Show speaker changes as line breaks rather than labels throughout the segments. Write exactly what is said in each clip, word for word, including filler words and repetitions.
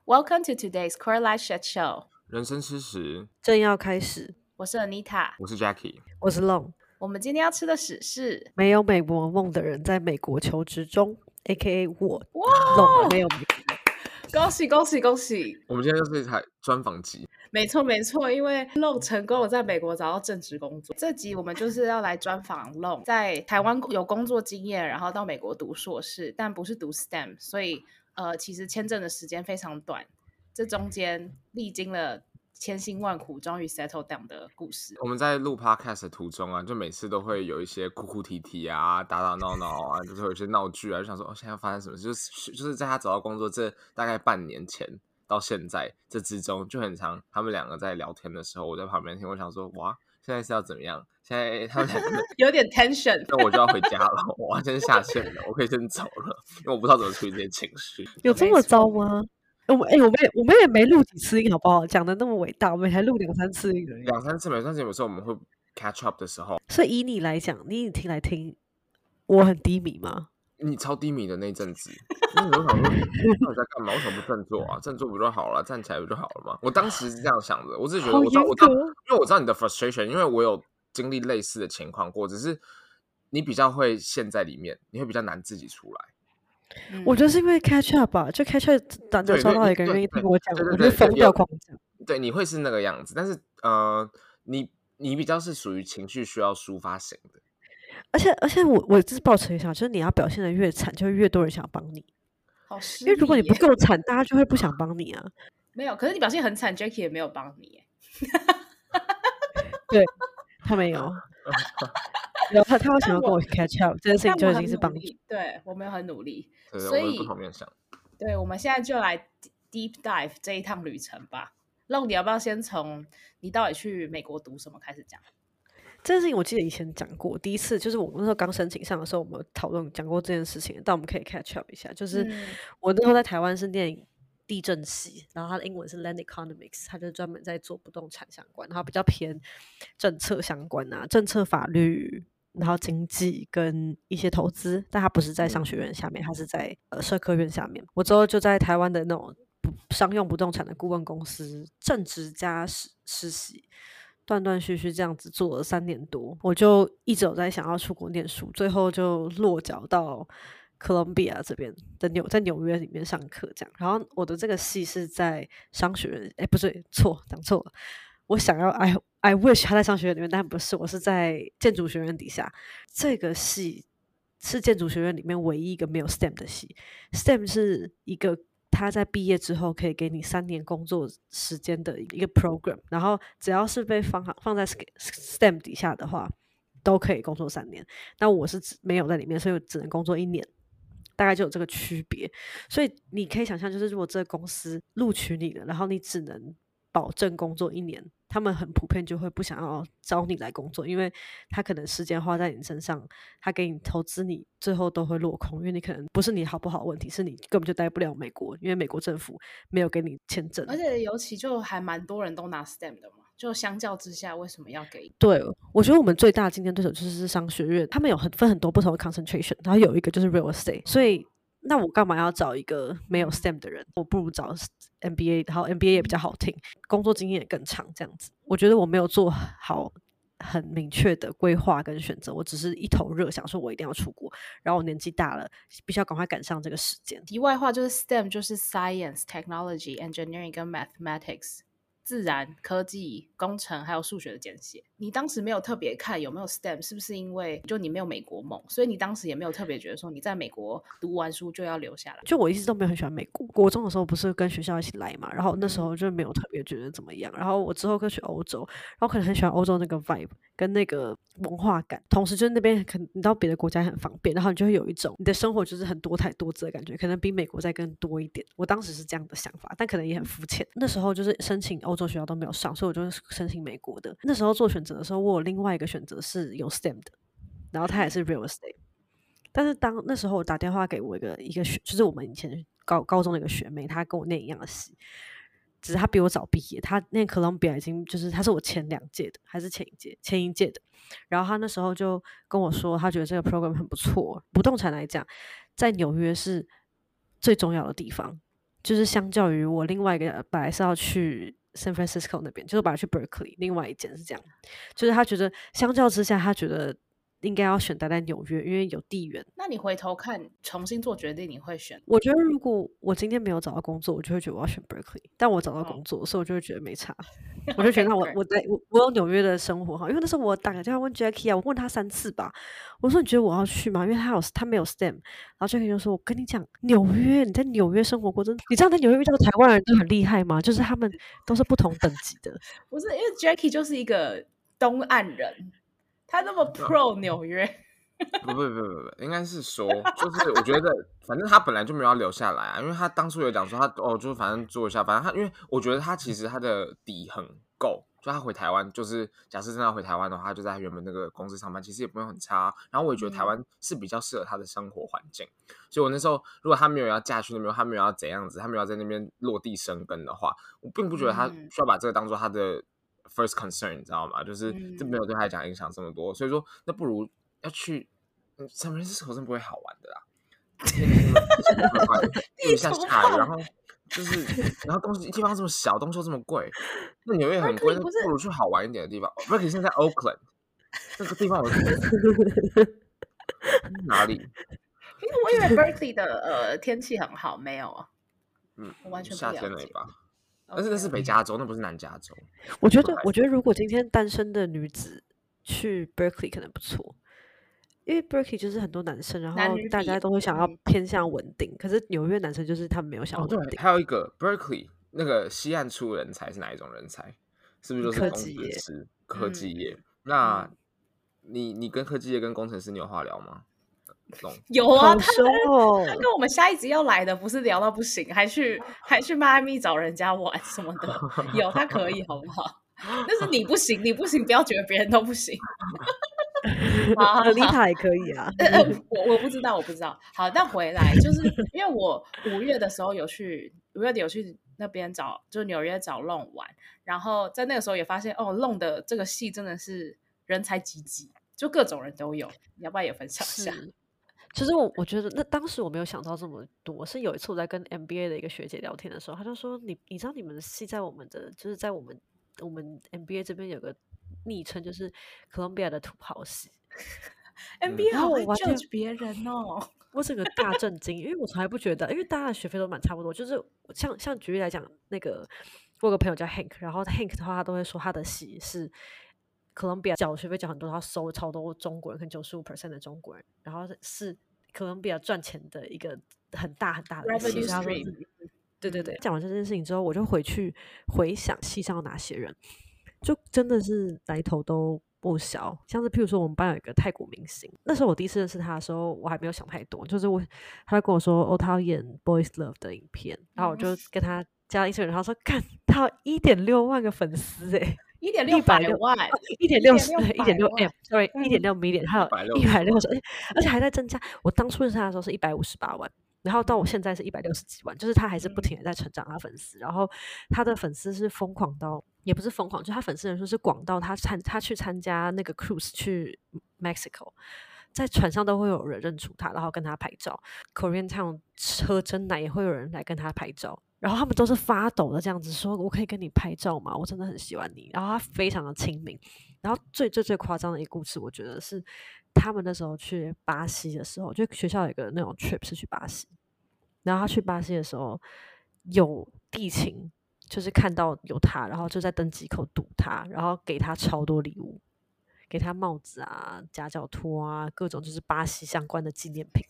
Welcome to today's Core Life Shit Show。
人生吃食
正要开始，
我是 Anita，
我是 Jackie，
我是 Long。
我们今天要吃的屎是
没有美国梦的人在美国求职中 ，A K A 我
哇
Long 没有美国梦。
恭喜恭喜恭喜！
我们今天就是一台专访集。
没错没错，因为 Long 成功了在美国找到正职工作。这集我们就是要来专访 Long， 在台湾有工作经验，然后到美国读硕士，但不是读 S T E M， 所以呃，其实签证的时间非常短。这中间历经了千辛万苦，终于 settle down 的故事。
我们在录 podcast 的途中啊，就每次都会有一些哭哭啼啼啊、打打闹闹啊，就是有一些闹剧啊，就想说哦，现在要发生什么事？就是就是在他找到工作这大概半年前到现在这之中，就很常他们两个在聊天的时候，我在旁边听，我想说哇，现在是要怎么样？现在他们两个
有点 tension，
那我就要回家了，我要先下线了，我可以先走了，因为我不知道怎么处理这些情绪。
有这么糟吗？我们哎、欸，我们也我们也没录几次音，好不好？讲的那么伟大，我们还录两三次音而已。
两三次没关系，有时候我们会 catch up 的时候。
所以以你来讲，你听来听，我很低迷吗？
你超低迷的那阵子，那你就想说，到底在干嘛？为什么不振作啊？振作不就好了？站起来不就好了吗？我当时是这样想的，我只是觉得我知道，我知道，因为我知道你的 frustration， 因为我有经历类似的情况过，只是你比较会陷在里面，你会比较难自己出来。
嗯、我觉得是因为 catch up 吧，就 catch up 难得抓到一个人愿意听我讲，我就疯掉狂讲。
对，你会是那个样子，但是呃，你你比较是属于情绪需要抒发型的。
而且而且我我就是抱持一下，就是你要表现的越惨，就会越多人想帮你。
好失
因为如果你不够惨，大家就会不想帮你啊。
没有，可是你表现很惨 ，Jackie 也没有帮你。
对，他没有。有他，他会想要跟我 catch up， 这件事情就已经是帮助。
对，我们有很努力，
对，
所以
我们不同面向。
对，我们现在就来 deep dive 这一趟旅程吧。Long，你要不要先从你到底去美国读什么开始讲？
这件事情我记得以前讲过，第一次就是我那时候刚申请上的时候，我们讨论讲过这件事情，但我们可以 catch up 一下。就是我那时候在台湾是念地震系，然后他的英文是 Land Economics， 他就专门在做不动产相关，然后比较偏政策相关啊，政策法律，然后经济跟一些投资，但他不是在商学院下面，他是在呃社科院下面。我之后就在台湾的那种商用不动产的顾问公司正职加实实习，断断续续这样子做了三年多，我就一直有在想要出国念书，最后就落脚到哥伦比亚这边的纽，在纽约里面上课这样。然后我的这个系是在商学院，哎，不是，错，讲错了。我想要 I I wish 他在商学院里面，但不是，我是在建筑学院底下。这个系是建筑学院里面唯一一个没有 S T E M 的系。S T E M 是一个他在毕业之后可以给你三年工作时间的一个 program， 然后只要是被放放在 S T E M 底下的话，都可以工作三年。但我是没有在里面，所以我只能工作一年。大概就有这个区别，所以你可以想象，就是如果这个公司录取你了，然后你只能保证工作一年，他们很普遍就会不想要招你来工作，因为他可能时间花在你身上，他给你投资，你最后都会落空，因为你可能不是你好不好的问题，是你根本就待不了美国，因为美国政府没有给你签证。
而且尤其就还蛮多人都拿 S T E M 的嘛，就相较之下，为什么要给？
对，我觉得我们最大的竞争对手就是商学院，他们有很分很多不同的 concentration， 然后有一个就是 real estate， 所以那我干嘛要找一个没有 S T E M 的人？我不如找 M B A， 然后 M B A 也比较好听，工作经验也更长，这样子。我觉得我没有做好很明确的规划跟选择，我只是一头热，想说我一定要出国，然后我年纪大了，必须要赶快赶上这个时间。
题外话就是 S T E M 就是 Science、Technology、Engineering 跟 Mathematics。自然、科技、工程还有数学的简写。你当时没有特别看有没有 S T E M， 是不是因为就你没有美国梦，所以你当时也没有特别觉得说你在美国读完书就要留下来？
就我一直都没有很喜欢美国，国中的时候不是跟学校一起来嘛，然后那时候就没有特别觉得怎么样。然后我之后跟去欧洲，然后可能很喜欢欧洲那个 vibe 跟那个文化感，同时就是那边可能你到别的国家很方便，然后你就会有一种你的生活就是很多彩多姿的感觉，可能比美国再更多一点。我当时是这样的想法，但可能也很肤浅。那时候就是申请欧洲学校都没有上，所以我就申请美国的。那时候做选择的时候，我有另外一个选择是有 S T E M 的，然后它也是 real estate。但是当那时候我打电话给我一个一个学，就是我们以前高高中的一个学妹，她跟我念一样的系，只是她比我早毕业，她念 Columbia 已经就是她是我前两届的，还是前一届前一届的。然后她那时候就跟我说，她觉得这个 program 很不错，不动产来讲，在纽约是最重要的地方。 就是相较于我另外一个本来是要去 San Francisco 那边，就是本来去 Berkeley， 另外一件是这样，就是他觉得相较之下，他觉得应该要选待在纽约，因为有地缘。
那你回头看，重新做决定，你会选？
我觉得如果我今天没有找到工作，我就会觉得我要选 Berkeley， 但我找到工作，哦、所以我就会觉得没差。我就觉得那我我在我我有纽约的生活哈，因为那时候我打个电话问 Jackie 啊，我问他三次吧，我说你觉得我要去吗？因为他有他没有 S T E M， 然后 Jackie 就说我跟你讲，纽约你在纽约生活过，真的，你知道在纽约遇到台湾人都很厉害吗？就是他们都是不同等级的。
不是因为 Jackie 就是一个东岸人，他那么 pro 纽约。
不不不不不，应该是说，就是我觉得，反正他本来就没有要留下来啊，因为他当初有讲说他哦，就反正做一下，反正他，因为我觉得他其实他的底很够，就他回台湾，就是假设真的要回台湾的话，他就在他原本那个公司上班，其实也不用很差。然后我也觉得台湾是比较适合他的生活环境，嗯、所以我那时候如果他没有要嫁去那边，他没有要怎样子，他没有要在那边落地生根的话，我并不觉得他需要把这个当做他的 first concern， 你知道吗？就是这没有对他来讲影响这么多，所以说那不如要去。San Francisco 真不会好玩的啦，一下下雨，然后就是，然后东西地方这么小，东西又这么贵，那纽约很贵，那不如去好玩一点的地方。Berkeley 现在 Oakland 那个地方我哪里？
因为我以为 Berkeley 的呃天气很好，没有啊，嗯，我完全不了解。
夏天而已吧。但是那是北加州，那不是南加州。
我觉得，我觉得如果今天单身的女子去 Berkeley 可能不错。因为 Berkeley 就是很多男生，然后大家都会想要偏向稳定，可是纽约男生就是他们没有想要稳定。
哦、对，还有一个 Berkeley 那个西岸出人才是哪一种人才？是不是就是工程师、科技业？嗯、那你你跟科技业跟工程师你有话聊吗？
有啊，他
跟
他跟我们下一集要来的不是聊到不行，还去还去迈阿密找人家玩什么的，有他可以好不好？但是你不行，你不行，不要觉得别人都不行。
丽塔也可以啊，
我我不知道，我不知道。好，但回来就是因为我五月的时候有去五月底有去那边找，就纽约找 Long 玩，然后在那个时候也发现哦 ，Long 的这个系真的是人才济济，就各种人都有。你要不要也分享一下？
其实我我觉得那当时我没有想到这么多，是有一次我在跟 M B A 的一个学姐聊天的时候，她就说你你知道你们的系在我们的就是在我们我们 M B A 这边有个昵称就是 Columbia 的土炮系。
M B A 好会 judge 别人哦，
我整个大震惊，因为我从来不觉得，因为大家的学费都蛮差不多，就是像像举例来讲，那个我有个朋友叫 Hank， 然后 Hank 的话，他都会说他的系是 Columbia 缴学费缴很多，他收超多中国人，可能九十五 percent 的中国人，然后是 Columbia 赚钱的一个很大很大的系。对对对，讲完这件事情之后，我就回去回想系上有哪些人，就真的是来头都不小，像是譬如说我们班有一个泰国明星，那时候我第一次认识他的时候，我还没有想太多，就是我他跟我说哦，他要演 Boys Love 的影片，然后我就跟他加了 Instagram， 然后说看他有一点六万个粉丝哎、欸，
一点六百万，
一点六一点六 M，sorry， 一点六 million， 还有一百六十，而且还在增加。我当初认识他的时候是一百五十八万。然后到我现在是一百六十几万，就是他还是不停的在成长他粉丝，然后他的粉丝是疯狂到，也不是疯狂，就他粉丝人数是广到他参他去参加那个 cruise 去 Mexico， 在船上都会有人认出他，然后跟他拍照。Korean Town 喝真奶也会有人来跟他拍照，然后他们都是发抖的这样子说：“我可以跟你拍照吗？我真的很喜欢你。”然后他非常的亲民。然后最最最夸张的一个故事，我觉得是他们那时候去巴西的时候，就学校有一个那种 trip 是去巴西。然后他去巴西的时候，有地勤就是看到有他，然后就在登机口堵他，然后给他超多礼物，给他帽子啊、夹脚拖啊，各种就是巴西相关的纪念品。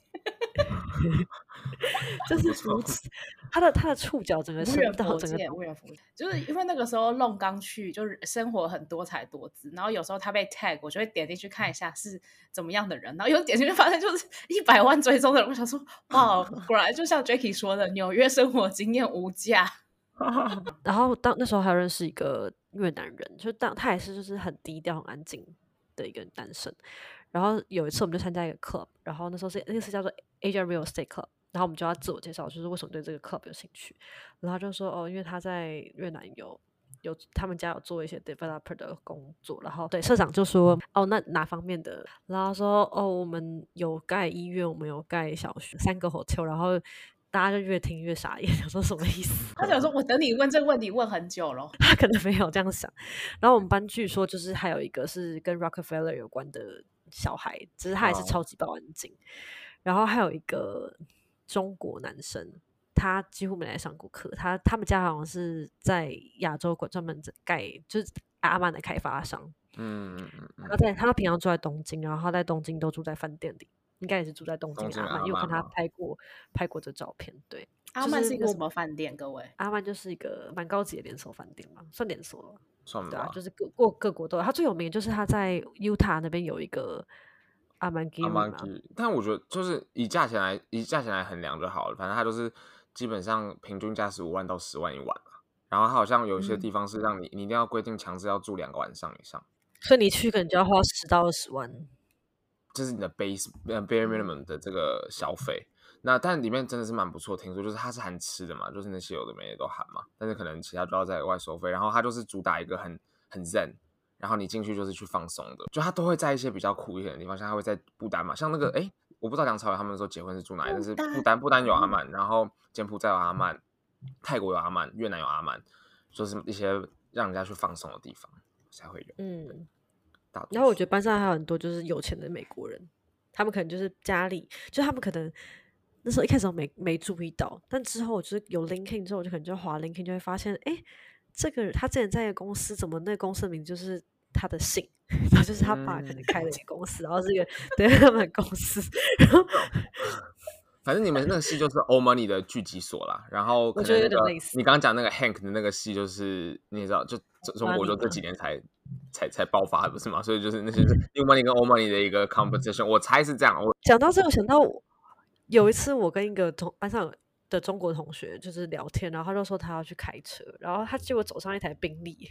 就是如此，他的他的触角整个伸到整个
无远弗届，就是因为那个时候弄刚去，就是生活很多彩多姿，然后有时候他被 tag， 我就会点进去看一下是怎么样的人，然后有点进去发现就是一百万追踪的人，我想说哇，果然就像 Jackie 说的，纽约生活经验无价。
然后当那时候还认识一个越南人，就当他也是就是很低调、很安静的一个男生。然后有一次我们就参加一个 club， 然后那时候是那个是叫做 Asia Real Estate Club， 然后我们就要自我介绍，就是为什么对这个 club 有兴趣。然后他就说哦，因为他在越南有有他们家有做一些 developer 的工作，然后对社长就说哦，那哪方面的？然后说哦，我们有盖医院，我们有盖小学，三个 hotel， 然后大家就越听越傻眼，想说什么意思？
他想说我等你问这个问题问很久了。
他可能没有这样想。然后我们班据说就是还有一个是跟 Rockefeller 有关的小孩，只是他也是超级爆安静。Oh. 然后还有一个中国男生，他几乎没来上过课。他他们家好像是在亚洲专门盖，就是阿曼的开发商。嗯嗯嗯。他在他平常住在东京，然后他在东京都住在饭店里，应该也是住在东京阿曼，因为我看他拍过拍过这照片。对，
阿曼是一个什么饭店？各位，
阿曼就是一个蛮高级的连锁饭店嘛，算连锁了，
算吧。
对啊，就是各各各国都有。他最有名的就是他在 Utah 那边有一个。阿曼吉，
但我觉得就是以价钱来以价钱来衡量就好了，反正它就是基本上平均价十五万到十万一晚嘛。然后它好像有一些地方是让你、嗯、你一定要规定强制要住两个晚上以上，
所以你去可能就要花十到二十万，
这是你的 base bare minimum 的这个消费。那但里面真的是蛮不错，听说就是它是含吃的嘛，就是那些有的没的都含嘛，但是可能其他就要在额外收费。然后它就是主打一个很很 zen。然后你进去就是去放松的，就他都会在一些比较酷一点的地方，像他会在不丹嘛，像那个哎，我不知道梁朝伟他们说结婚是住哪里，但是不丹不丹有阿曼，然后柬埔寨有阿曼，泰国有阿曼，越南有阿曼，就是一些让人家去放松的地方才会有。嗯，
然后我觉得班上还有很多就是有钱的美国人，他们可能就是家里，就他们可能那时候一开始我没没注意到，但之后就是有 LinkedIn 之后，我就可能就滑 LinkedIn 就会发现，哎。这个他之前在一个公司，怎么那个公司的名字就是他的姓，然后就是他爸可能开了一个公司，嗯、然后是一个对他们的公司，然后
反正你们那个系就是 Old Money 的聚集所啦。然后可能、那个、
我觉得有点类似。
你刚刚讲那个 Hank 的那个系，就是你也知道，就中国就这几年才才才爆发，不是吗？所以就是那些 New Money 跟 Old Money 的一个 competition， 我猜是这样。我
讲到这个，我想到有一次我跟一个同班上的中国同学就是聊天，然后他就说他要去开车，然后他结果走上一台宾利。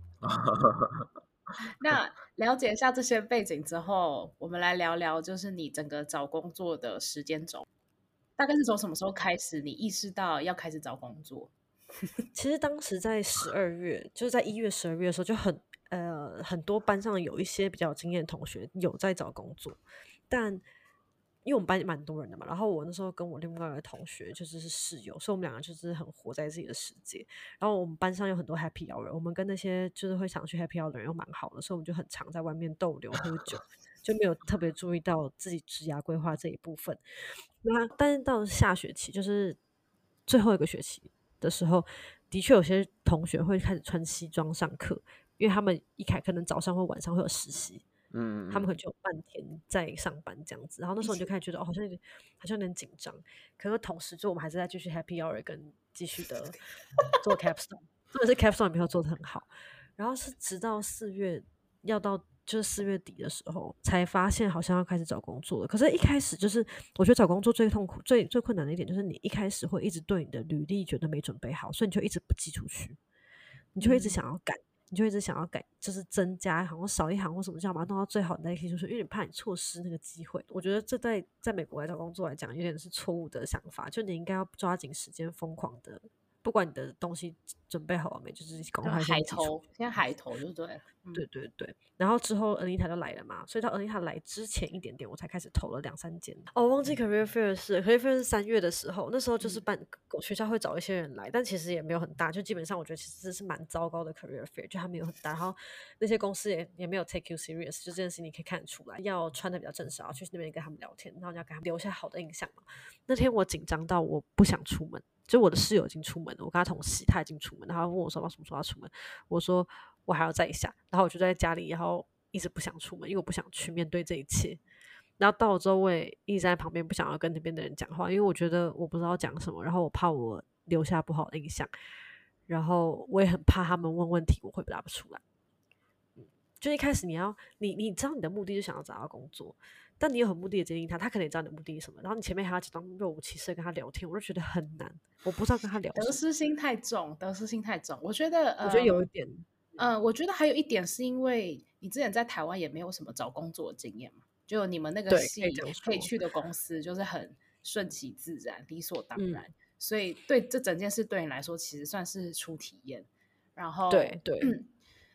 那了解一下这些背景之后，我们来聊聊就是你整个找工作的时间轴，大概是从什么时候开始你意识到要开始找工作？
其实当时在十二月，就是在一月十二月的时候，就很呃很多班上有一些比较有经验的同学有在找工作，但因为我们班蛮多人的嘛，然后我那时候跟我另外一个同学就是是室友，所以我们两个就是很活在自己的世界。然后我们班上有很多 happy hour， 我们跟那些就是会想去 happy hour 的人又蛮好的，所以我们就很常在外面逗留喝酒，就没有特别注意到自己职涯规划这一部分。那但是到下学期，就是最后一个学期的时候，的确有些同学会开始穿西装上课，因为他们一开可能早上或晚上会有实习。嗯，他们可能就有半天在上班这样子，然后那时候你就开始觉得哦，好像有点好像有点紧张，可是同时就我们还是在继续 happy hour 跟继续的做 capstone， 特别是 capstone 也没有做得很好，然后是直到四月要到就是四月底的时候，才发现好像要开始找工作了。可是一开始就是我觉得找工作最痛苦、最最困难的一点就是你一开始会一直对你的履历觉得没准备好，所以你就一直不寄出去，你就一直想要改。嗯你就一直想要改，就是增加一行或少一行或什么，这样把它弄到最好，你再可以出去，因为你怕你错失那个机会。我觉得这在在美国来找工作来讲，有点是错误的想法，就你应该要抓紧时间，疯狂的，不管你的东西准备好了没，就是赶快
海投，现在海投就对了。
嗯、对对对，然后之后 Anita 就来了嘛，所以到 Anita 来之前一点点，我才开始投了两三间。哦，忘记 Career Fair 是 Career Fair 是三月的时候，那时候就是办、嗯、学校会找一些人来，但其实也没有很大，就基本上我觉得其实是蛮糟糕的 Career Fair， 就它没有很大，然后那些公司也也没有 take you serious， 就这件事你可以看得出来，要穿的比较正式，要去那边跟他们聊天，然后你要给他们留下好的印象嘛。那天我紧张到我不想出门。就我的室友已经出门了，我跟他同系，他已经出门，然后问我说：“我什么时候要出门？”我说：“我还要再一下。”然后我就在家里，然后一直不想出门，因为我不想去面对这一切。然后到了之后，我也一直在旁边不想要跟那边的人讲话，因为我觉得我不知道讲什么，然后我怕我留下不好的印象，然后我也很怕他们问问题我回答不出来。就一开始你要你你知道你的目的是想要找到工作。但你有很目的的接近他，他可能也知道你的目的是什么，然后你前面还要当若无其事的跟他聊天，我就觉得很难，我不知道跟他聊什么。
得失心太重，得失心太重。我觉得，
我觉得有一点，
嗯、呃，我觉得还有一点是因为你之前在台湾也没有什么找工作的经验嘛，就你们那个系可以去的公司就是很顺其自然、理所当然，嗯、所以对这整件事对你来说其实算是初体验。然后，
对对。嗯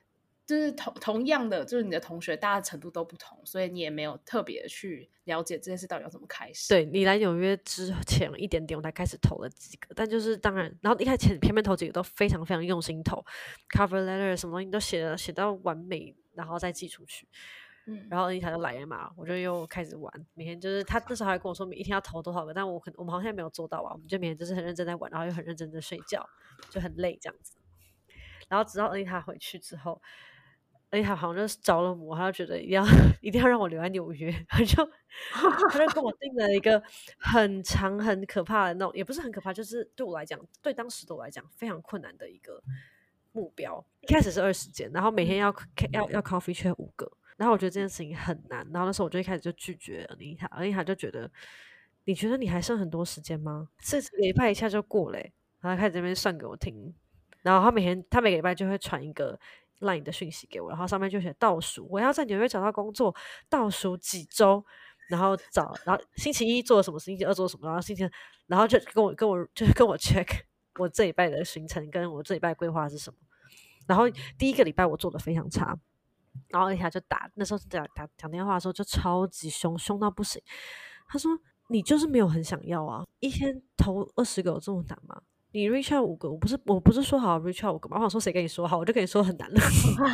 就是同同样的，就是你的同学大家程度都不同，所以你也没有特别去了解这件事到底要怎么开始。
对，你来纽约之前一点点我才开始投了几个，但就是当然然后一开始前前面投几个都非常非常用心投 cover letter 什么东西都写了写到完美，然后再寄出去。
嗯，
然后一台就来了嘛，我就又开始玩，每天就是他那时候还跟我说每一天要投多少个，但我可我们好像没有做到啊，我们就每天就是很认真在玩，然后又很认真的睡觉，就很累这样子。然后直到恩妮塔回去之后，恩妮塔好像就是着了魔，他就觉得一定要一定要让我留在纽约，他就他就跟我定了一个很长很可怕的那种，也不是很可怕，就是对我来讲，对当时的我来讲非常困难的一个目标。一开始是二十间，然后每天要要要 coffee chat 五个。然后我觉得这件事情很难，然后那时候我就一开始就拒绝了妮塔，而妮塔就觉得，你觉得你还剩很多时间吗？这礼拜一下就过了，然后开始这边算给我听，然后他每天他每个礼拜就会传一个 line 的讯息给我，然后上面就写倒数，我要在纽约找到工作，倒数几周，然后找，然后星期一做什么，星期二做什么，然后星期，然后就跟我跟我就是跟我 check 我这礼拜的行程跟我这礼拜规划是什么，然后第一个礼拜我做的非常差。然后一下就打，那时候打打讲电话的时候就超级凶，凶到不行。他说：“你就是没有很想要啊，一天投二十个有这么难吗？你 reach out 五个，我不是我不是说好 reach out 五个吗？我想说谁跟你说好，我就跟你说很难了。”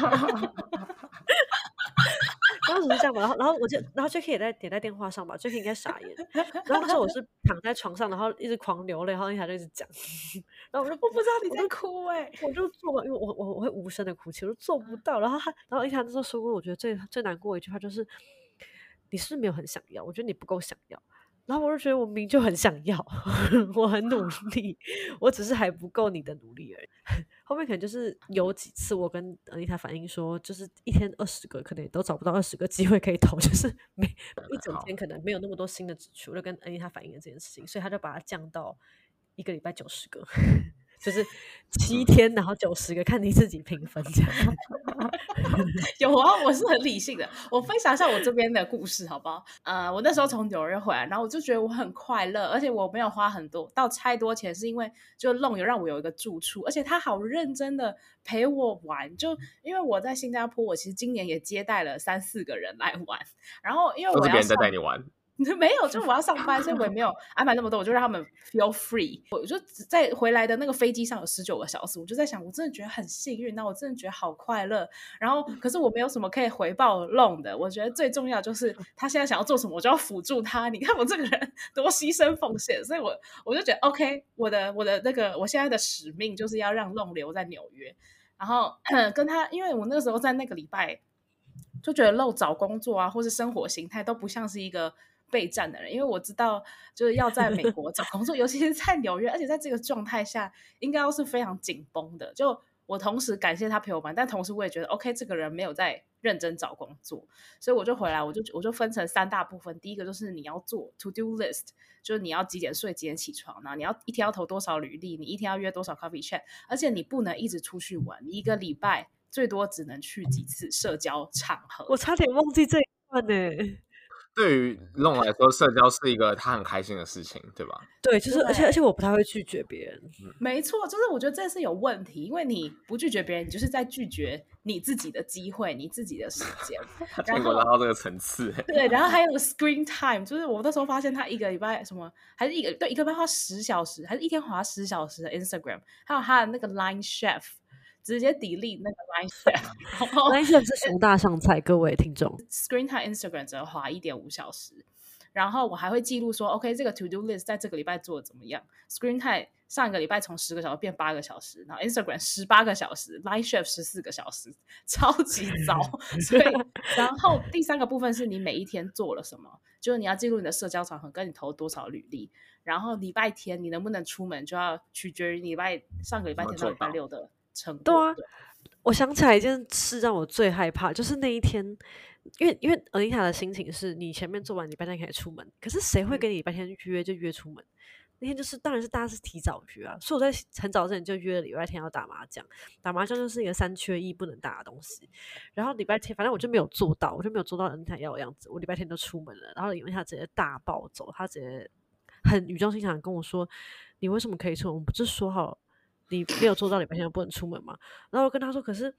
当时是这样吧，然后然后我就然后 Jacky 也在也在电话上吧 ，Jacky 应该傻眼。然后那时候我是躺在床上，然后一直狂流泪，然后一下就一直讲，然后我就
我不知道你在哭哎、
欸，我就做不，因为我我我会无声的哭泣，我就做不到。然后他，然后一下那时候说过，我觉得最最难过的一句话就是，你是不是没有很想要？我觉得你不够想要。然后我就觉得我明明就很想要，我很努力，我只是还不够你的努力而已。后面可能就是有几次我跟恩妮塔反映说，就是一天二十个，可能也都找不到二十个机会可以投，就是每一整天可能没有那么多新的指出，我就跟恩妮塔反映了这件事情，所以他就把它降到一个礼拜九十个。就是七天，然后九十个，看你自己评分这样。
有啊，我是很理性的。我分享一下我这边的故事，好不好？呃，我那时候从纽约回来，然后我就觉得我很快乐，而且我没有花很多到太多钱，是因为就弄有让我有一个住处，而且他好认真的陪我玩。就因为我在新加坡，我其实今年也接待了三四个人来玩，然后因为我要
都是别人在带你玩。
没有，就我要上班，所以我也没有安排那么多，我就让他们 feel free。我就在回来的那个飞机上有十九个小时，我就在想，我真的觉得很幸运，那我真的觉得好快乐。然后，可是我没有什么可以回报弄的。我觉得最重要就是他现在想要做什么，我就要辅助他。你看我这个人多牺牲奉献，所以我我就觉得 OK， 我的我的那个我现在的使命就是要让弄留在纽约。然后跟他，因为我那个时候在那个礼拜就觉得漏找工作啊，或是生活形态都不像是一个备战的人，因为我知道就是要在美国找工作，尤其是在纽约，而且在这个状态下，应该要是非常紧绷的。就我同时感谢他陪我玩，但同时我也觉得 OK， 这个人没有在认真找工作，所以我就回来，我就我就分成三大部分。第一个就是你要做 to do list， 就是你要几点睡几点起床，然后你要一天要投多少履历，你一天要约多少 coffee chat， 而且你不能一直出去玩，你一个礼拜最多只能去几次社交场合。
我差点忘记这一段呢。
对于弄来说，社交是一个他很开心的事情，对吧？
对，就是而且而且我不太会拒绝别人。
没错，就是我觉得这是有问题，因为你不拒绝别人，你就是在拒绝你自己的机会，你自己的时间。
结果拉到这个层次，
对，然后还有 screen time， 就是我那时候发现他一个礼拜什么，还是一个对一个礼拜花十小时，还是一天花十小时的 Instagram， 还有他的那个 Line Chef。直接 delete 那个 Line Chef，Line
Chef 是熊大上菜，各位听众。
Screen time Instagram 只要花一点五小时，然后我还会记录说 ，OK， 这个 to do list 在这个礼拜做的怎么样 ？Screen time 上一个礼拜从十个小时变八个小时，然后 Instagram 十八个小时 ，Line Chef 十四个小时，超级糟。所以，然后第三个部分是你每一天做了什么，就是你要记录你的社交场合跟你投多少履历，然后礼拜天你能不能出门，就要取决于礼拜上个礼拜天到礼拜六的。
对啊，我想起来一件事让我最害怕，就是那一天，因为因为尔妮塔的心情是你前面做完礼拜天可以出门，可是谁会跟你礼拜天约就约出门？那天就是当然是大家是提早约啊，所以我在很早之前就约了礼拜天要打麻将，打麻将就是一个三缺一不能打的东西。然后礼拜天反正我就没有做到，我就没有做到尔妮塔要的样子，我礼拜天就出门了，然后尔妮塔直接大暴走，他直接很语重心长跟我说：“你为什么可以出门？我们不是说好？”你没有做到礼拜天不能出门嘛？然后我跟他说，可是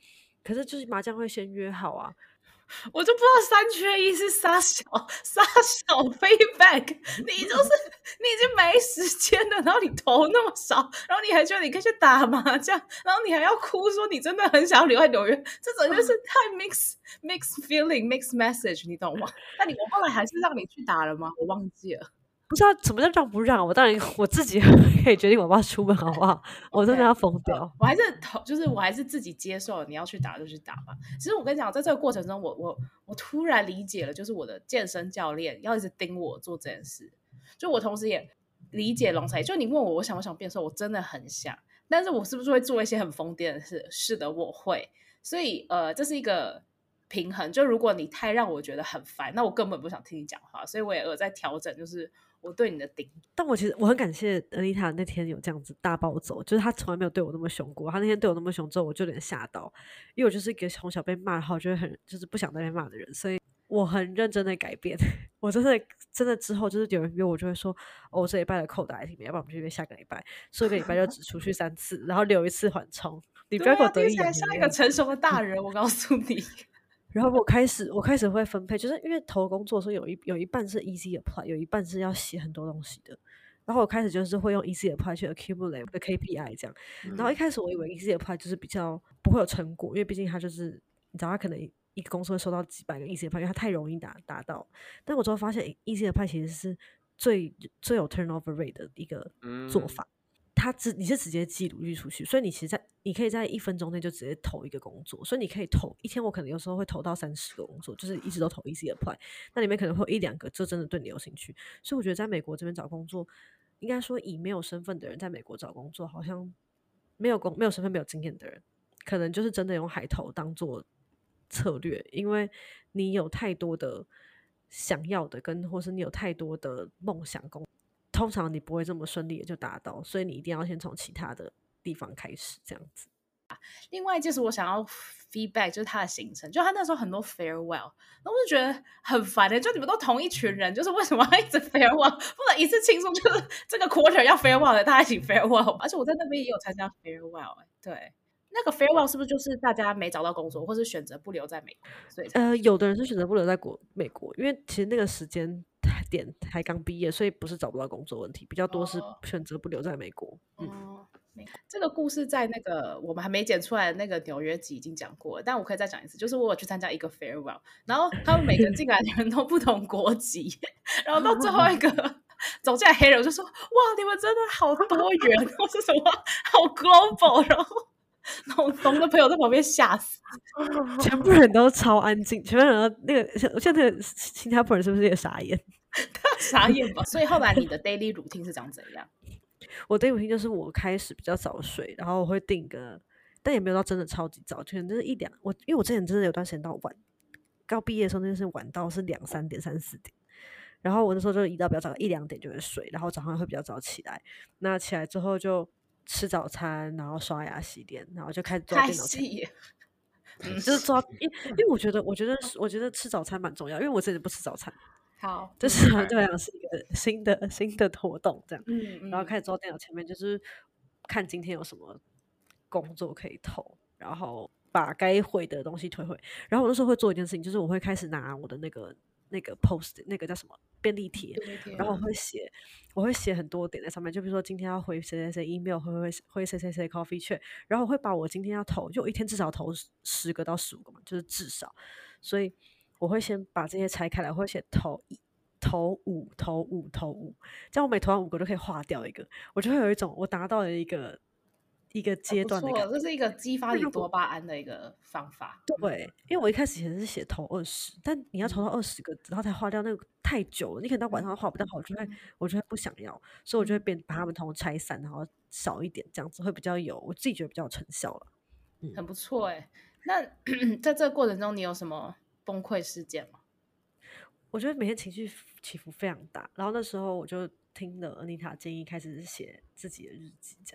可是就是麻将会先约好啊。
我就不知道三缺一是杀小杀小 feedback， 你就是你已经没时间了，然后你投那么少，然后你还觉得你可以去打麻将，然后你还要哭说你真的很想要留在纽约，这种就是太 mix mix feeling mix message， 你懂吗？那你我后来还是让你去打了吗？我忘记了。
不知道什么叫让不让，我当然我自己可以决定我要不要出门，好不好？我真的要疯掉。
Okay. 我还是就是我还是自己接受了，你要去打就去打吧。其实我跟你讲，在这个过程中，我我我突然理解了，就是我的健身教练要一直盯我做这件事，就我同时也理解龙才。就你问我我想不想变瘦，我真的很想，但是我是不是会做一些很疯癫的事？是的，我会。所以呃，这是一个平衡。就如果你太让我觉得很烦，那我根本不想听你讲话，所以我也有在调整，就是我对你的盯。
但我其实我很感谢 Anita 那天有这样子大暴走，就是她从来没有对我那么凶过。她那天对我那么凶之后，我就有点吓到，因为我就是一个从小被骂，然后就会很就是不想再被骂的人，所以我很认真的改变。我真的真的之后就是有人约我就会说，哦，我这礼拜的扣打还挺没，要不然我们就约下个礼拜，所以一个礼拜就只出去三次，然后留一次缓冲。你不要给我得意洋洋，
像一个成熟的大人，我告诉你。
然后我开始，我开始会分配，就是因为投工作的时候有一有一半是 easy apply， 有一半是要写很多东西的。然后我开始就是会用 easy apply 去 accumulate 的 K P I 这样。然后一开始我以为 easy apply 就是比较不会有成果，因为毕竟它就是你知道，它可能一个公司会收到几百个 easy apply，因为它太容易达达到。但我之后发现 easy apply 其实是最最有 turnover rate 的一个做法。它直你是直接寄履历出去，所以你其实在你可以在一分钟内就直接投一个工作，所以你可以投一天，我可能有时候会投到三十个工作，就是一直都投 easy apply， 那里面可能会有一两个就真的对你有兴趣。所以我觉得在美国这边找工作，应该说以没有身份的人在美国找工作，好像没有工没有身份没有经验的人，可能就是真的用海投当做策略，因为你有太多的想要的跟或是你有太多的梦想工。通常你不会这么顺利的就达到，所以你一定要先从其他的地方开始这样子。
另外就是我想要 feedback 就是他的行程，就他那时候很多 farewell， 那我就觉得很烦的、欸，就你们都同一群人，就是为什么要一直 farewell， 不能一次轻松，就是这个 quarter 要 farewell 的大家一起 farewell， 而且我在那边也有参加 farewell，、欸、对。那个 farewell 是不是就是大家没找到工作，或是选择不留在美国？所以
呃，有的人是选择不留在国美国，因为其实那个时间点还刚毕业，所以不是找不到工作问题，比较多是选择不留在美国。
哦、嗯嗯，这个故事在那个我们还没剪出来的那个纽约集已经讲过了，但我可以再讲一次，就是我有去参加一个 farewell， 然后他们每个进来的人都不同国籍，然后到最后一个走进来黑人，我就说哇，你们真的好多元，或是什么好 global， 然后然后懂的朋友在旁边吓死，
全部人都超安静，全部人都那个像那个新加坡人是不是也傻眼？
他傻眼吧？所以后来你的 daily routine 是长怎样？
我 daily routine 就是我开始比较早睡，然后我会定个，但也没有到真的超级早，可能就是一两我因为我之前真的有段时间到晚，刚毕业的时候那是晚到是两三点三四点。然后我那时候就一到比较早一两点就会睡，然后早上会比较早起来。那起来之后就吃早餐，然后刷牙洗脸，然后就开始坐电脑前面。嗯，就是做到，因因为我觉得，我觉得，我觉得吃早餐蛮重要，因为我自己不吃早餐。
好，
这是对我来讲是一个新的新的活动，这样。
嗯嗯、
然后开始坐电脑前面，就是看今天有什么工作可以投，然后把该回的东西推回。然后我那时候会做一件事情，就是我会开始拿我的那个。那个 post 那个叫什么便利贴，然后我会写，我会写很多点在上面，就比如说今天要回谁谁谁 email， 会会会谁谁谁 coffee chat， 然后我会把我今天要投，就我一天至少投十个到十五个嘛，就是至少，所以我会先把这些拆开来，我会写投一、投五、投五、投五，这样我每投完五个就可以划掉一个，我就会有一种我达到了一个。一个阶段的感觉，
这是一个激发你多巴胺的一个方法。
对，因为我一开始其实是写投二十，但你要投到二十个，然后才划掉那个太久了，你可能到晚上划不到好，我就会我就会不想要，所以我就会变把他们通拆散，然后少一点，这样子会比较有，我自己觉得比较有成效了。
嗯，很不错哎。那在这个过程中，你有什么崩溃事件吗？
我觉得每天情绪起伏非常大，然后那时候我就听了 Anita 建议，开始写自己的日记，这样。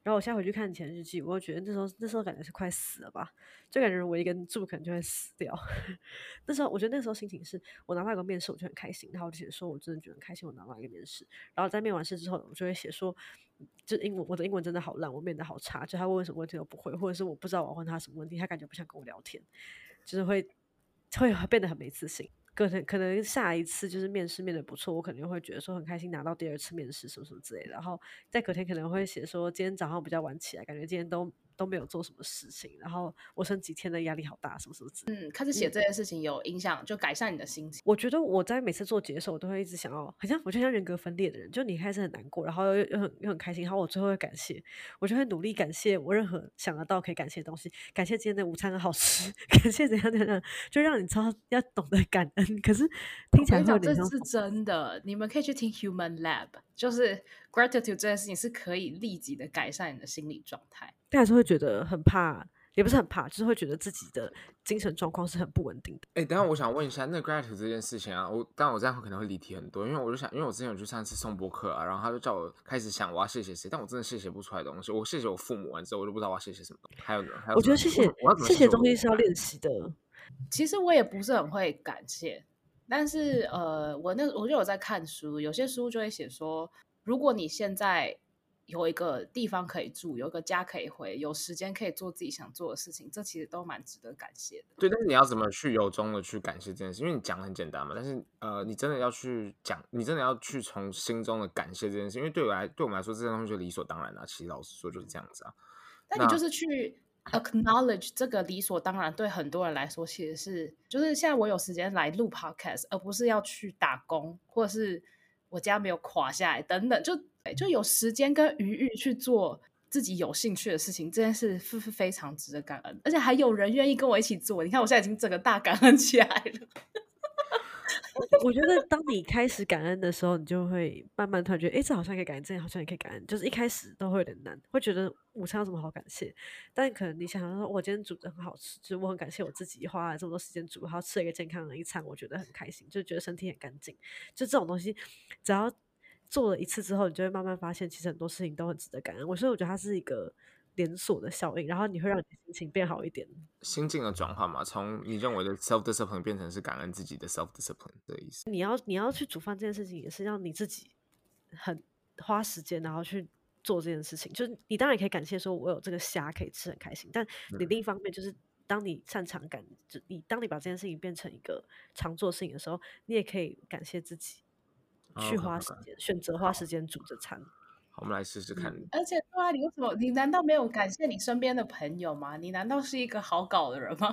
然后我现在回去看以前日记，我会觉得那时候那时候感觉是快死了吧，就感觉我一个人住可能就会死掉。那时候我觉得那时候心情是我拿到一个面试我就很开心，然后我就写说我真的觉得很开心我拿到一个面试，然后在面完试之后我就会写说就英文我的英文真的好烂，我面的好差，就他问什么问题都不会，或者是我不知道我要问他什么问题，他感觉不想跟我聊天，就是会会变得很没自信。可能可能下一次就是面试面的不错，我可能会觉得说很开心拿到第二次面试什么什么之类的，然后在隔天可能会写说今天早上比较晚起来，感觉今天都都没有做什么事情，然后我剩几天的压力好大什么什么之类的。
嗯，开始写这件事情有影响，就改善你的心情。
我觉得我在每次做结的时候，我都会一直想要，好像我就像人格分裂的人，就你一开始很难过，然后又又很又很开心，然后我最后会感谢，我就会努力感谢我任何想得到可以感谢的东西，感谢今天的午餐很好吃，感谢怎样怎样，就让你知道要懂得感恩。可是听起来会有点像
这是真的，你们可以去听 Human Lab， 就是 gratitude 这件事情是可以立即的改善你的心理状态。
但还是会觉得很怕。也不是很怕，就是会觉得自己的精神状况是很不稳定的。
哎、欸，等一下我想问一下，那 gratitude 这件事情啊，我当然我这样可能会离题很多，因为我就想，因为我之前有去上一次颂钵课啊，然后他就叫我开始想我要谢谢谁，但我真的谢谢不出来的东西。我谢谢我父母完之后，我就不知道我要谢谢什么。还有呢？还有
我觉得谢谢谢谢东西是要练习的。
其实我也不是很会感谢，但是呃，我那我就有在看书，有些书就会写说，如果你现在有一个地方可以住，有一个家可以回，有时间可以做自己想做的事情，这其实都蛮值得感谢的。
对，但是你要怎么去由衷的去感谢这件事？因为你讲很简单嘛，但是呃，你真的要去讲，你真的要去从心中的感谢这件事。因为对我来，对我们来说，这些东西就理所当然啊。其实老实说就是这样子啊。
但你就是去 acknowledge 这个理所当然，对很多人来说其实是，就是现在我有时间来录 podcast， 而不是要去打工，或者是我家没有垮下来等等，就就有时间跟余裕去做自己有兴趣的事情，这件事是非常值得感恩，而且还有人愿意跟我一起做。你看我现在已经整个大感恩起来了。
我觉得当你开始感恩的时候，你就会慢慢突然觉得，哎，这好像可以感恩，这好像也可以感恩。就是一开始都会有点难，会觉得午餐有什么好感谢？但可能你想说，我今天煮的很好吃，就是我很感谢我自己花了这么多时间煮，然后吃了一个健康的一餐，我觉得很开心，就觉得身体很干净。就这种东西，只要做了一次之后，你就会慢慢发现，其实很多事情都很值得感恩。我所以我觉得它是一个连锁的效应，然后你会让你的心情变好一点。
心境的转换嘛，从你认为的 self discipline 变成是感恩自己的 self discipline 的意思。
你要你要去煮饭这件事情，也是让你自己很花时间，然后去做这件事情。就是你当然也可以感谢说，我有这个虾可以吃，很开心。但你另一方面就是，当你擅长感，就你当你把这件事情变成一个常做事情的时候，你也可以感谢自己，去花时间，选择花时间煮这餐。
我们来试试看、嗯。
而且，对啊，你为什么？你难道没有感谢你身边的朋友吗？你难道是一个好搞的人吗？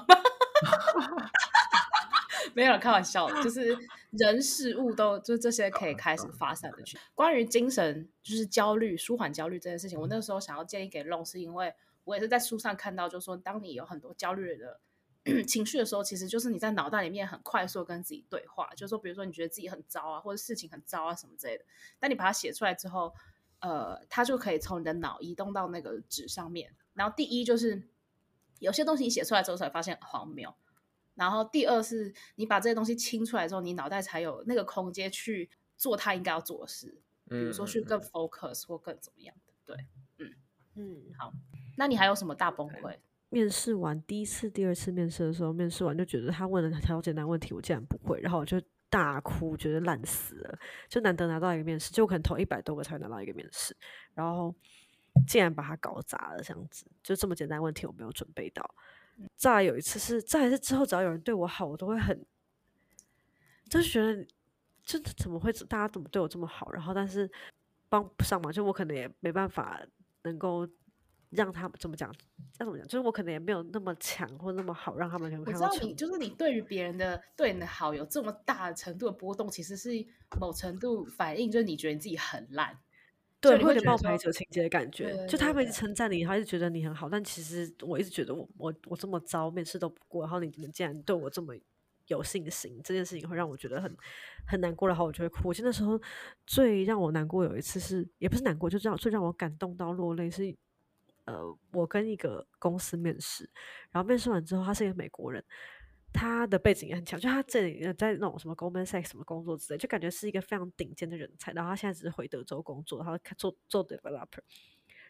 没有，开玩笑的，就是人事物都就这些可以开始发散的去。关于精神就是焦虑、舒缓焦虑这件事情，我那时候想要建议给 Long， 是因为我也是在书上看到，就是说当你有很多焦虑的情绪的时候，其实就是你在脑袋里面很快速跟自己对话，就是说，比如说你觉得自己很糟啊，或者事情很糟啊什么之类的，但你把它写出来之后。呃，它就可以从你的脑移动到那个纸上面。然后第一就是有些东西你写出来之后才发现很荒谬，然后第二是你把这些东西清出来之后，你脑袋才有那个空间去做它应该要做的事，比如说去更 focus 或更怎么样的。对，嗯嗯，好。那你还有什么大崩溃？
面试完第一次、第二次面试的时候，面试完就觉得他问了条简单问题，我竟然不会，然后我就大哭，觉得烂死了，就难得拿到一个面试，就我可能投一百多个才会拿到一个面试，然后竟然把它搞砸了，这样子，就这么简单问题我没有准备到。嗯、再来有一次是，再来是之后只要有人对我好，我都会很，就是觉得，就怎么会大家怎么对我这么好，然后但是帮不上忙，就我可能也没办法能够。让他们怎么讲？要怎么讲？就是我可能也没有那么强或那么好，让他们能够看到。
我知道你就是你对于别人的对你的好有这么大的程度的波动，其实是某程度反映，就是你觉得你自己很烂，
对，会有点冒牌者情节的感觉。
对对对对，
就他们一直称赞你，他一直觉得你很好，但其实我一直觉得我我我这么糟，面试都不过，然后你们竟然对我这么有信心，这件事情会让我觉得很很难过，然后我就会哭。我记得那时候最让我难过有一次是，也不是难过，就这样最让我感动到落泪是。呃，我跟一个公司面试，然后面试完之后，他是一个美国人，他的背景也很强，就他这里在那种什么 Goldman Sachs 什么工作之类，就感觉是一个非常顶尖的人才。然后他现在只是回德州工作，然后做做 developer。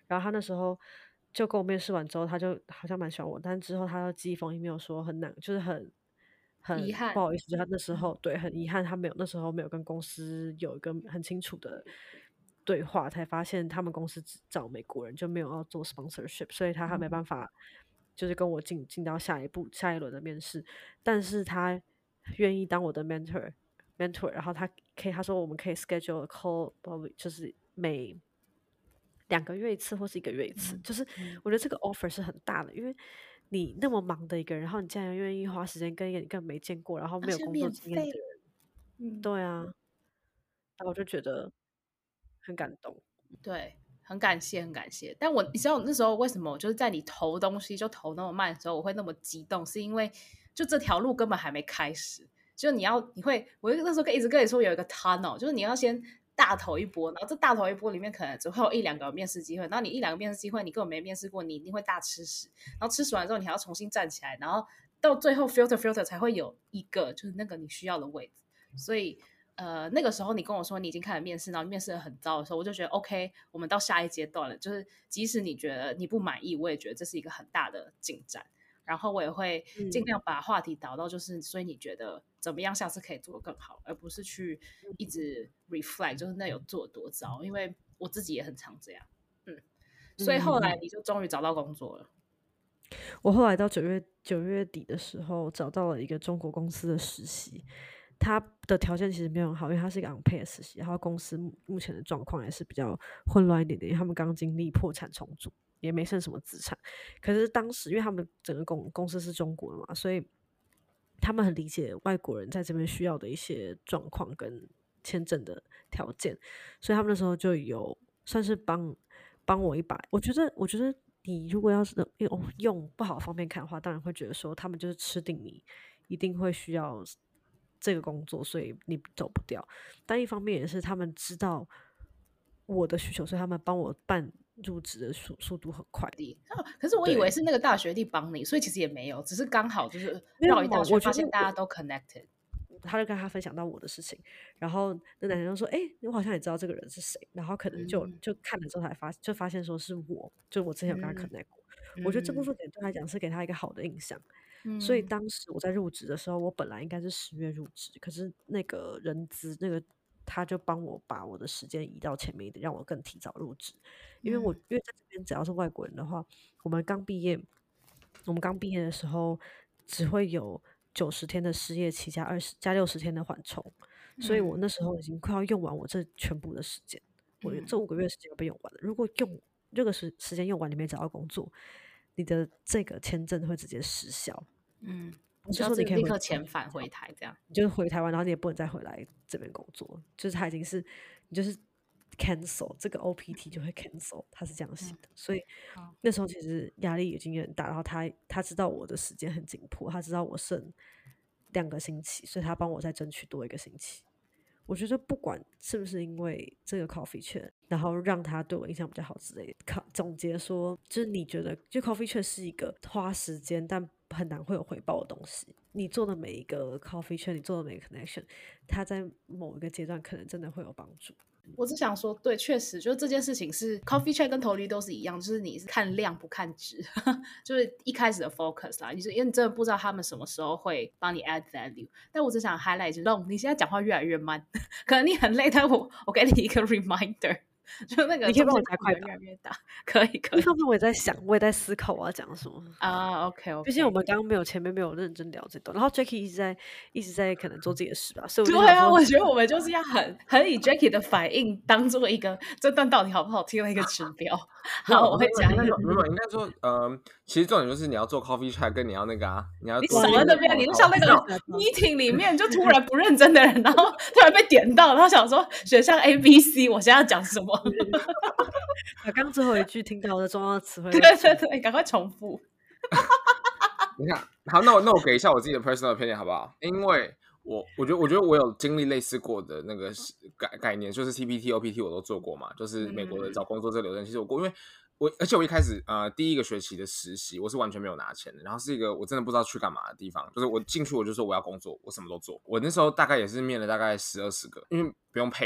然后他那时候就跟我面试完之后，他就好像蛮喜欢我，但之后他要寄一封 email 说很难，就是很很
遗憾
不好意思，就他那时候、嗯、对很遗憾，他没有那时候没有跟公司有一个很清楚的对话，才发现他们公司只找美国人，就没有要做 sponsorship， 所以他还没办法就是跟我进进到下一步下一轮的面试，但是他愿意当我的 mentor mentor， 然后他可以他说我们可以 schedule a call， 就是每两个月一次或是一个月一次、嗯、就是我觉得这个 offer 是很大的，因为你那么忙的一个人，然后你竟然愿意花时间跟一个你根本没见过然后没有工作经验的人、嗯、对啊，然后我就觉得很感动。
对，很感谢很感谢。但我你知道那时候为什么我就是在你投东西就投那么慢的时候我会那么激动，是因为就这条路根本还没开始，就你要你会我那时候一直跟你说有一个 tunnel， 就是你要先大投一波，然后这大投一波里面可能只会有一两个面试机会，然后你一两个面试机会你根本没面试过，你一定会大吃屎，然后吃屎完之后你还要重新站起来，然后到最后 filter filter 才会有一个就是那个你需要的位置。所以呃，那个时候你跟我说你已经开始面试，然后面试得很糟的时候，我就觉得 OK， 我们到下一阶段了，就是即使你觉得你不满意，我也觉得这是一个很大的进展，然后我也会尽量把话题导到就是、嗯、所以你觉得怎么样下次可以做得更好，而不是去一直 reflect 就是那有做多糟，因为我自己也很常这样。嗯，所以后来你就终于找到工作了。
我后来到九月九月底的时候找到了一个中国公司的实习，他的条件其实没有很好，因为他是一个 unpaid 的实习，然后公司目前的状况也是比较混乱一点点，因为他们刚经历破产重组，也没剩什么资产。可是当时因为他们整个 公, 公司是中国的嘛，所以他们很理解外国人在这边需要的一些状况跟签证的条件，所以他们那时候就有算是帮帮我一把。我觉得我觉得你如果要是用用不好的方面看的话，当然会觉得说他们就是吃定你一定会需要这个工作，所以你走不掉。但一方面也是他们知道我的需求，所以他们帮我办入职的速速度很快。
哦，可是我以为是那个大学弟帮你，所以其实也没有，只是刚好就是绕一大圈，发现大家都 connected。
他就跟他分享到我的事情，然后那男生就说：“哎、欸，我好像也知道这个人是谁。”然后可能就、嗯、就看了之后才发就发现说是我，就我之前有跟他 connect 过。嗯、我觉得这部分对他来讲是给他一个好的印象。嗯、所以当时我在入职的时候，我本来应该是十月入职，可是那个人资那个他就帮我把我的时间移到前面一点，让我更提早入职。因为我、嗯、因为在这边只要是外国人的话，我们刚毕业，我们刚毕业的时候只会有九十天的失业期加二十加六十天的缓冲，所以我那时候已经快要用完我这全部的时间，我这五个月时间被用完了。如果用这个时时间用完，你没找到工作，你的这个签证会直接失效。
嗯，就说你可以立刻遣返回台，这样
你就是回台湾，然后你也不能再回来这边工作，就是他已经是你就是 cancel 这个 O P T 就会 cancel， 他是这样写的。嗯、所以那时候其实压力已经很大，然后他他知道我的时间很紧迫，他知道我剩两个星期，所以他帮我再争取多一个星期。我觉得不管是不是因为这个 coffee 券，然后让他对我印象比较好之类的，总结说，就是你觉得就 coffee 券是一个花时间但很难会有回报的东西。你做的每一个 coffee 券，你做的每个 connection， 它在某一个阶段可能真的会有帮助。
我只想说，对，确实，就是这件事情是 coffee chat 跟投履都是一样，就是你是看量不看质，就是一开始的 focus 啦，就是因为你真的不知道他们什么时候会帮你 add value。但我只想 highlight 就是，你现在讲话越来越慢，可能你很累，但我我给你一个 reminder。就那个
你可以帮我加快
越来越大，可以可以。
一方面我也在想，我也在思考我要讲什么
啊。OK OK，
毕竟我们刚刚没有前面没有认真聊这段，然后 Jackie 一直在一直在可能做自己的事吧，所以我
对啊，我觉得我们就是要很很以 Jackie 的反应当做一个这段到底好不好听的一个指标。好，我会讲一个。
没有，应该说，呃，其实重点就是你要做 coffee chat， 跟你要那个啊，你要
你少在那边，你就像那个 meeting 里面就突然不认真的人，然后突然被点到，然后想说选项 A B C， 我现在要讲什么？
把刚最后一句听到的重要词汇，
对对对，赶快重复。
你看，好，那我那我给一下我自己的 personal opinion 好不好？因为我我觉得我觉得我有经历类似过的那个概概念，就是 T P T、O P T 我都做过嘛，就是美国的找工作这个流程，其实我过，因为我而且我一开始呃第一个学期的实习我是完全没有拿钱的，然后是一个我真的不知道去干嘛的地方，就是我进去我就说我要工作，我什么都做，我那时候大概也是面了大概十二十个，因为不用配嘛。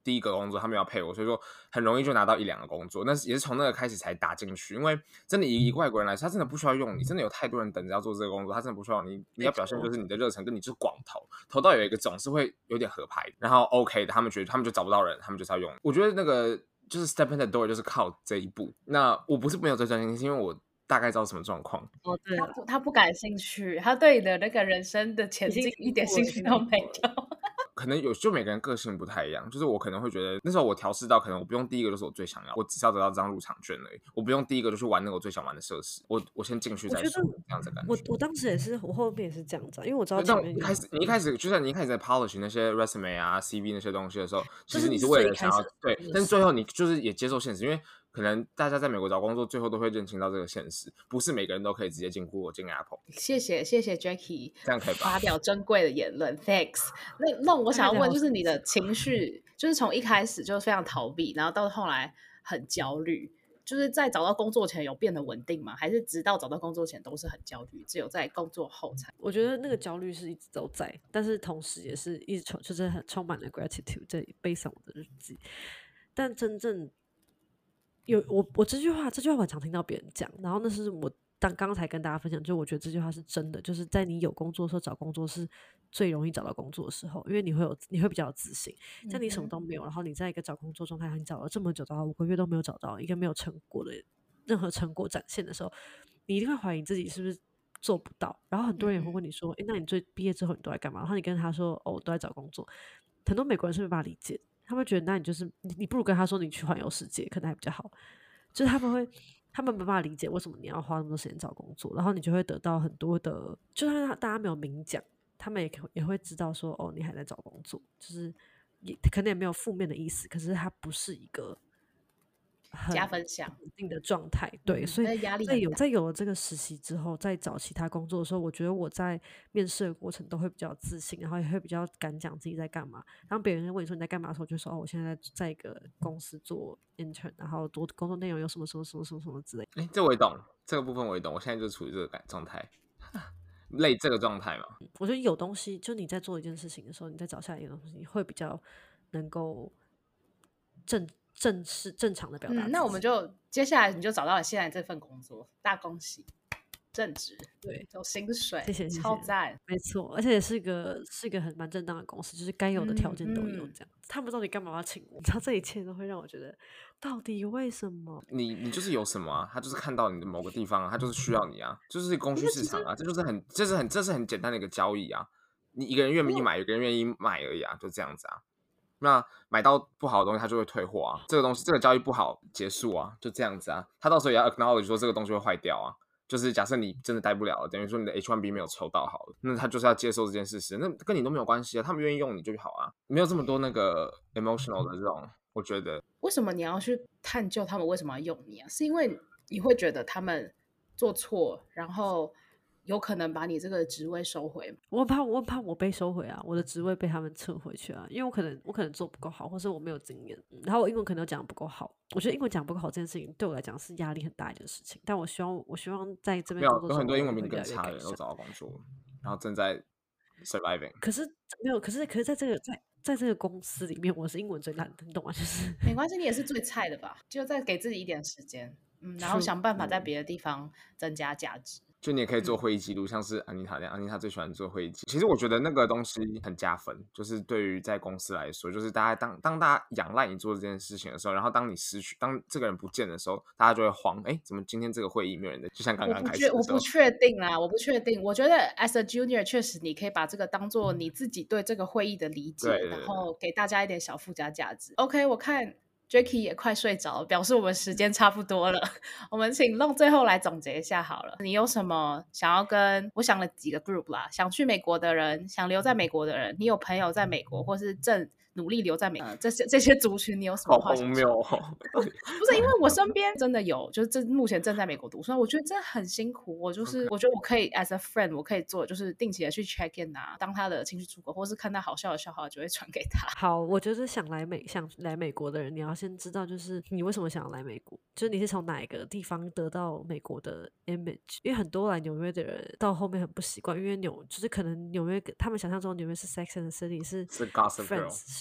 第一个工作，他们要配我，所以说很容易就拿到一两个工作。那也是从那个开始才打进去，因为真的以一个外国人来说，他真的不需要用你，真的有太多人等着要做这个工作，他真的不需要你。你要表现就是你的热忱跟你就是广投，投到有一个总是会有点合拍，然后 OK 的，他们觉得他们就找不到人，他们就是要用你。我觉得那个就是 step in the door 就是靠这一步。那我不是没有这专心，是因为我大概知道什么状况。
哦，对
他不他不感兴趣，他对你的那个人生的前进一点兴趣都没有。
可能有，就每个人个性不太一样，就是我可能会觉得那时候我调试到，可能我不用第一个就是我最想要，我只是要得到这张入场券而已，我不用第一个就去玩那个我最想玩的设施，我我先进去再说，这样子感觉。
我我当时也是，我后面也是这样子、啊，因为我知道前面
一开始你一开始就像你一开始在 polish 那些 resume 啊 C V 那些东西的时候，其实你是为了想要对，但是最后你就是也接受现实，因为可能大家在美国找工作，最后都会认清到这个现实，不是每个人都可以直接进 Google 进 Apple。
谢谢谢谢 Jackie，
这样可以吧？
发表珍贵的言论 ，Thanks。那那我想要问，就是你的情绪，就是从一开始就非常逃避，然后到后来很焦虑，就是在找到工作前有变得稳定吗？还是直到找到工作前都是很焦虑，只有在工作后才？
我觉得那个焦虑是一直都在，但是同时也是一直充，就是很充满了 gratitude 在背上我的日记，但真正。有我我这句话这句话我常听到别人讲，然后那是我当刚才跟大家分享，就我觉得这句话是真的，就是在你有工作的时候找工作是最容易找到工作的时候，因为你会有你会比较有自信。像你什么都没有，然后你在一个找工作状态，你找了这么久，找到五个月都没有找到一个没有成果的任何成果展现的时候，你一定会怀疑自己是不是做不到。然后很多人也会问你说：“哎、嗯，那你最毕业之后你都在干嘛？”然后你跟他说：“哦，我都在找工作。”很多美国人是没办法理解。他们觉得那你就是你，你不如跟他说你去环游世界，可能还比较好。就是他们会，他们没办法理解为什么你要花那么多时间找工作，然后你就会得到很多的，就算大家没有明讲，他们也也会知道说，哦，你还在找工作，就是也可能也没有负面的意思，可是它不是一个
加分项
稳定的状态，对，嗯、所以
压力
在有在有了这个实习之后，在找其他工作的时候，我觉得我在面试的过程都会比较自信，然后也会比较敢讲自己在干嘛。当别人问你说你在干嘛的时候，就说哦，我现在在一个公司做 intern， 然后多工作内容有什么什么什么什么什么之类的。
哎，这我也懂，这个部分我也懂，我现在就处于这个感状态，累这个状态嘛。
我觉得有东西，就你在做一件事情的时候，你在找下一个东西，你会比较能够正。正式正常的表达、
嗯，那我们就接下来你就找到了现在这份工作，大恭喜，正职，
对，
有薪水，
谢谢，
超赞，
没错，而且也是一个是一个很蛮正当的公司，就是该有的条件都有这样。嗯嗯、他们到底干嘛要请我？你知道这一切都会让我觉得，到底为什么？
你你就是有什么啊？他就是看到你的某个地方啊，他就是需要你啊，就是供需市场啊，这就是很这是很这是很简单的一个交易啊。你一个人愿意买，有个人愿意买而已啊，就这样子啊。那买到不好的东西，他就会退货啊。这个东西，这个交易不好，结束啊，就这样子啊。他到时候也要 acknowledge 说这个东西会坏掉啊。就是假设你真的待不了了，等于说你的 H 一 B 没有抽到好了，那他就是要接受这件事实，那跟你都没有关系啊。他们愿意用你就好啊，没有这么多那个 emotional 的这种，我觉得。
为什么你要去探究他们为什么要用你啊？是因为你会觉得他们做错，然后有可能把你这个职位收回？
我怕我怕我被收回啊，我的职位被他们撤回去啊，因为我可能我可能做不够好，或是我没有经验，然后我英文可能讲不够好。我觉得英文讲不够好这件事情对我来讲是压力很大一件事情，但我希望我希望在这边工作
有有很多英文比你更差的人都找到工作，然后正在 surviving。
可是没有，可是可是在这个在在这个公司里面，我是英文最烂的，你懂吗？就是
没关系，你也是最菜的吧？就再给自己一点时间，嗯，然后想办法在别的地方增加价值。
就你也可以做会议记录、嗯，像是安妮塔那样，安妮塔最喜欢做会议记录。其实我觉得那个东西很加分，就是对于在公司来说，就是大家当当大家仰赖你做这件事情的时候，然后当你失去，当这个人不见的时候，大家就会慌，哎，怎么今天这个会议没有人的？就像刚刚开始的时候，
我不确定啦，我不确定。我觉得 as a junior， 确实你可以把这个当做你自己对这个会议的理解，
对对对，
然后给大家一点小附加价值。OK， 我看。Jackie 也快睡着了，表示我们时间差不多了。我们请弄最后来总结一下好了。你有什么想要跟我想了几个 group 啦，想去美国的人，想留在美国的人，你有朋友在美国，或是正努力留在美国、呃、这些这些族群，你有什么话想说？
好荒
谬、哦！不是因为我身边真的有，就是这目前正在美国读书，我觉得真的很辛苦。我就是、okay. 我觉得我可以 as a friend， 我可以做就是定期的去 check in 啊，当他的情绪出口，或是看到好笑的笑话就会传给他。
好，我觉得想来美想来美国的人，你要先知道就是你为什么想要来美国，就是你是从哪一个地方得到美国的 image。因为很多来纽约的人到后面很不习惯，因为纽就是可能纽约他们想象中纽约是 Sex and the City 是
是 Gossip Girl
是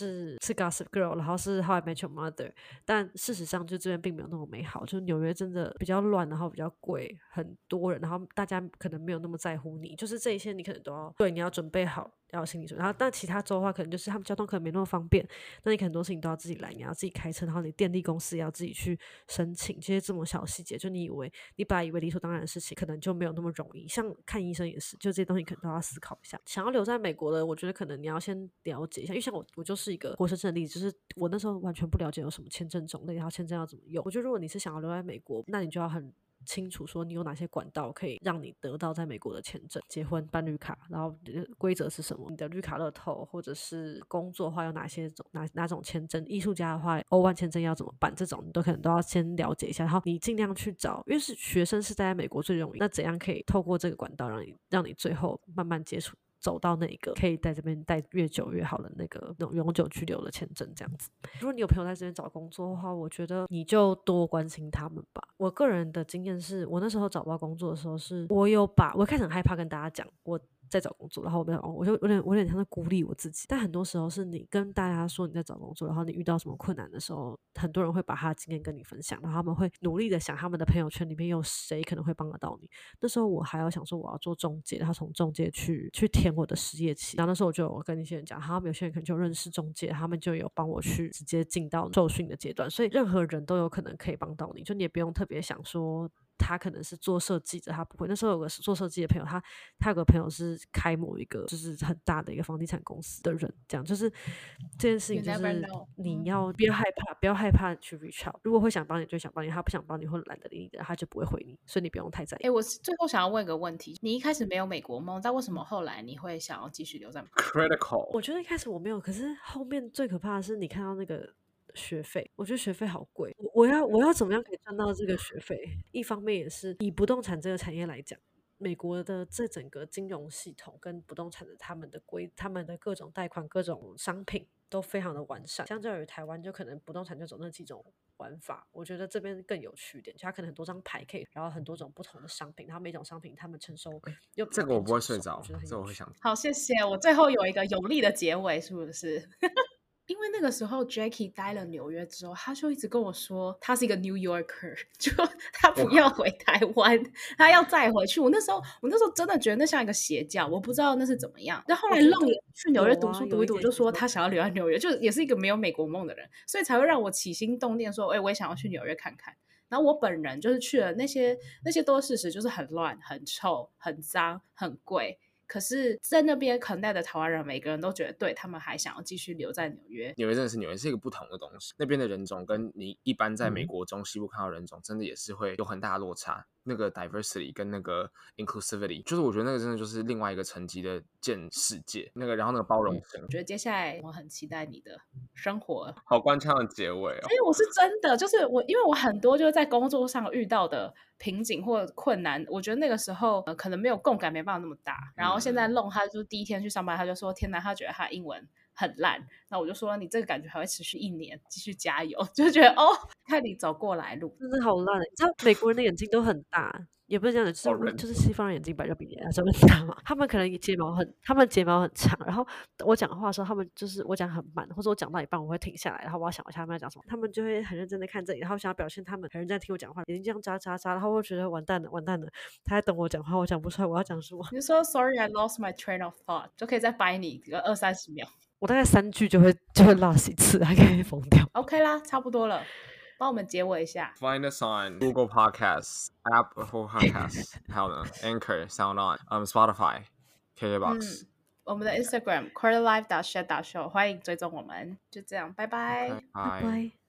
是是 Gossip Girl， 然后是 How I Met Your Mother， 但事实上就这边并没有那么美好，就纽约真的比较乱，然后比较贵，很多人，然后大家可能没有那么在乎你，就是这一些你可能都要对你要准备好，要有心理准备。然后但其他州的话可能就是他们交通可能没那么方便，那你很多事情都要自己来，你要自己开车，然后你电力公司也要自己去申请，这些这么小细节，就你以为你本来以为理所当然的事情可能就没有那么容易，像看医生也是，就这些东西可能都要思考一下。想要留在美国的我觉得可能你要先了解一下，因为像我我就是一个活生生的例子，就是我那时候完全不了解有什么签证种类，然后签证要怎么用。我觉得如果你是想要留在美国，那你就要很清楚说你有哪些管道可以让你得到在美国的签证，结婚办绿卡，然后规则是什么，你的绿卡乐透或者是工作的话有哪些种 哪, 哪种签证，艺术家的话欧万签证要怎么办，这种你都可能都要先了解一下，然后你尽量去找，因为是学生是在美国最容易，那怎样可以透过这个管道让你让你最后慢慢接触走到那个可以在这边待越久越好的那个那种永久居留的签证这样子。如果你有朋友在这边找工作的话，我觉得你就多关心他们吧。我个人的经验是，我那时候找不到工作的时候，是我有把我一开始很害怕跟大家讲我在找工作，然后我没有，我就有点我有点像是鼓励我自己。但很多时候是你跟大家说你在找工作，然后你遇到什么困难的时候，很多人会把他的经验跟你分享，然后他们会努力的想他们的朋友圈里面有谁可能会帮得到你。那时候我还要想说我要做中介，然后从中介去去填我的失业期。然后那时候我就有跟一些人讲，他们有些人可能就认识中介，他们就有帮我去直接进到受训的阶段，所以任何人都有可能可以帮到你，就你也不用特别想说他可能是做设计的，他不会。那时候有个做设计的朋友，他他有个朋友是开某一个就是很大的一个房地产公司的人，这样就是这件事情就是你要不要害怕，不要害怕去 reach out。如果会想帮你就想帮你，他不想帮你或懒得理你的，他就不会回你，所以你不用太在意。
哎、欸，我最后想要问一个问题，你一开始没有美国梦，但为什么后来你会想要继续留在美国
？Critical，
我觉得一开始我没有，可是后面最可怕的是你看到那个学费，我觉得学费好贵，我要我要怎么样可以赚到这个学费？一方面也是以不动产这个产业来讲，美国的这整个金融系统跟不动产的他们的规他们的各种贷款各种商品都非常的完善，相较于台湾就可能不动产就走那几种玩法，我觉得这边更有趣一点，就它可能很多张牌可以，然后很多种不同的商品，然后每种商品他们承收又
这个我不会睡着，这个我会想。
好，谢谢。我最后有一个有力的结尾，是不是？因为那个时候 Jackie 待了纽约之后，他就一直跟我说他是一个 New Yorker， 就他不要回台湾，他要再回去。我那时候我那时候真的觉得那像一个邪教，我不知道那是怎么样。但后来弄去纽约读书读一读，就说他想要留在纽约，就也是一个没有美国梦的人，所以才会让我起心动念说，哎、欸，我也想要去纽约看看。然后我本人就是去了，那些那些都是事实，就是很乱、很臭、很脏、很贵。可是在那边 connect 的台湾人每个人都觉得对，他们还想要继续留在纽约。
纽约真的是纽约是一个不同的东西，那边的人种跟你一般在美国中西部看到的人种真的也是会有很大的落差，那个 diversity 跟那个 inclusivity 就是我觉得那个真的就是另外一个层级的见世界，那个然后那个包容性、嗯、
我觉得接下来我很期待你的生活。
好官腔的结尾哦。
因为我是真的就是我因为我很多就是在工作上遇到的瓶颈或困难，我觉得那个时候、呃、可能没有共感没办法那么大，然后现在弄他就第一天去上班他就说天哪，他觉得他英文很烂，那我就说你这个感觉还会持续一年，继续加油，就觉得哦看你走过来路
真的好烂。你知道美国人的眼睛都很大，也不是这样的，就是、就是西方人眼睛本来就比亚洲人大嘛，他们可能睫毛很他们睫毛很长，然后我讲话的时候他们就是我讲很慢，或者我讲到一半我会停下来，然后我要想一下他们要讲什么，他们就会很认真的看这里，然后想要表现他们很认真听我讲话，眼睛这样眨眨眨，然后我觉得完蛋了完蛋了，他在等我讲话，我讲不出来我要讲什么，
你说 sorry I lost my train of thought 就可以再掰你个二三十秒，
我大概三句就会就会 lost 一次，还可以疯掉。
OK 啦，差不多了，帮我们结尾一下。
Find us on Google Podcasts, Apple Podcasts 还有呢 Anchor, SoundOn、um, Spotify, K K Box、嗯、
我们的 Instagram quarterlife dot shed dot show 欢迎追踪我们，就这样拜拜、
okay, bye. Bye.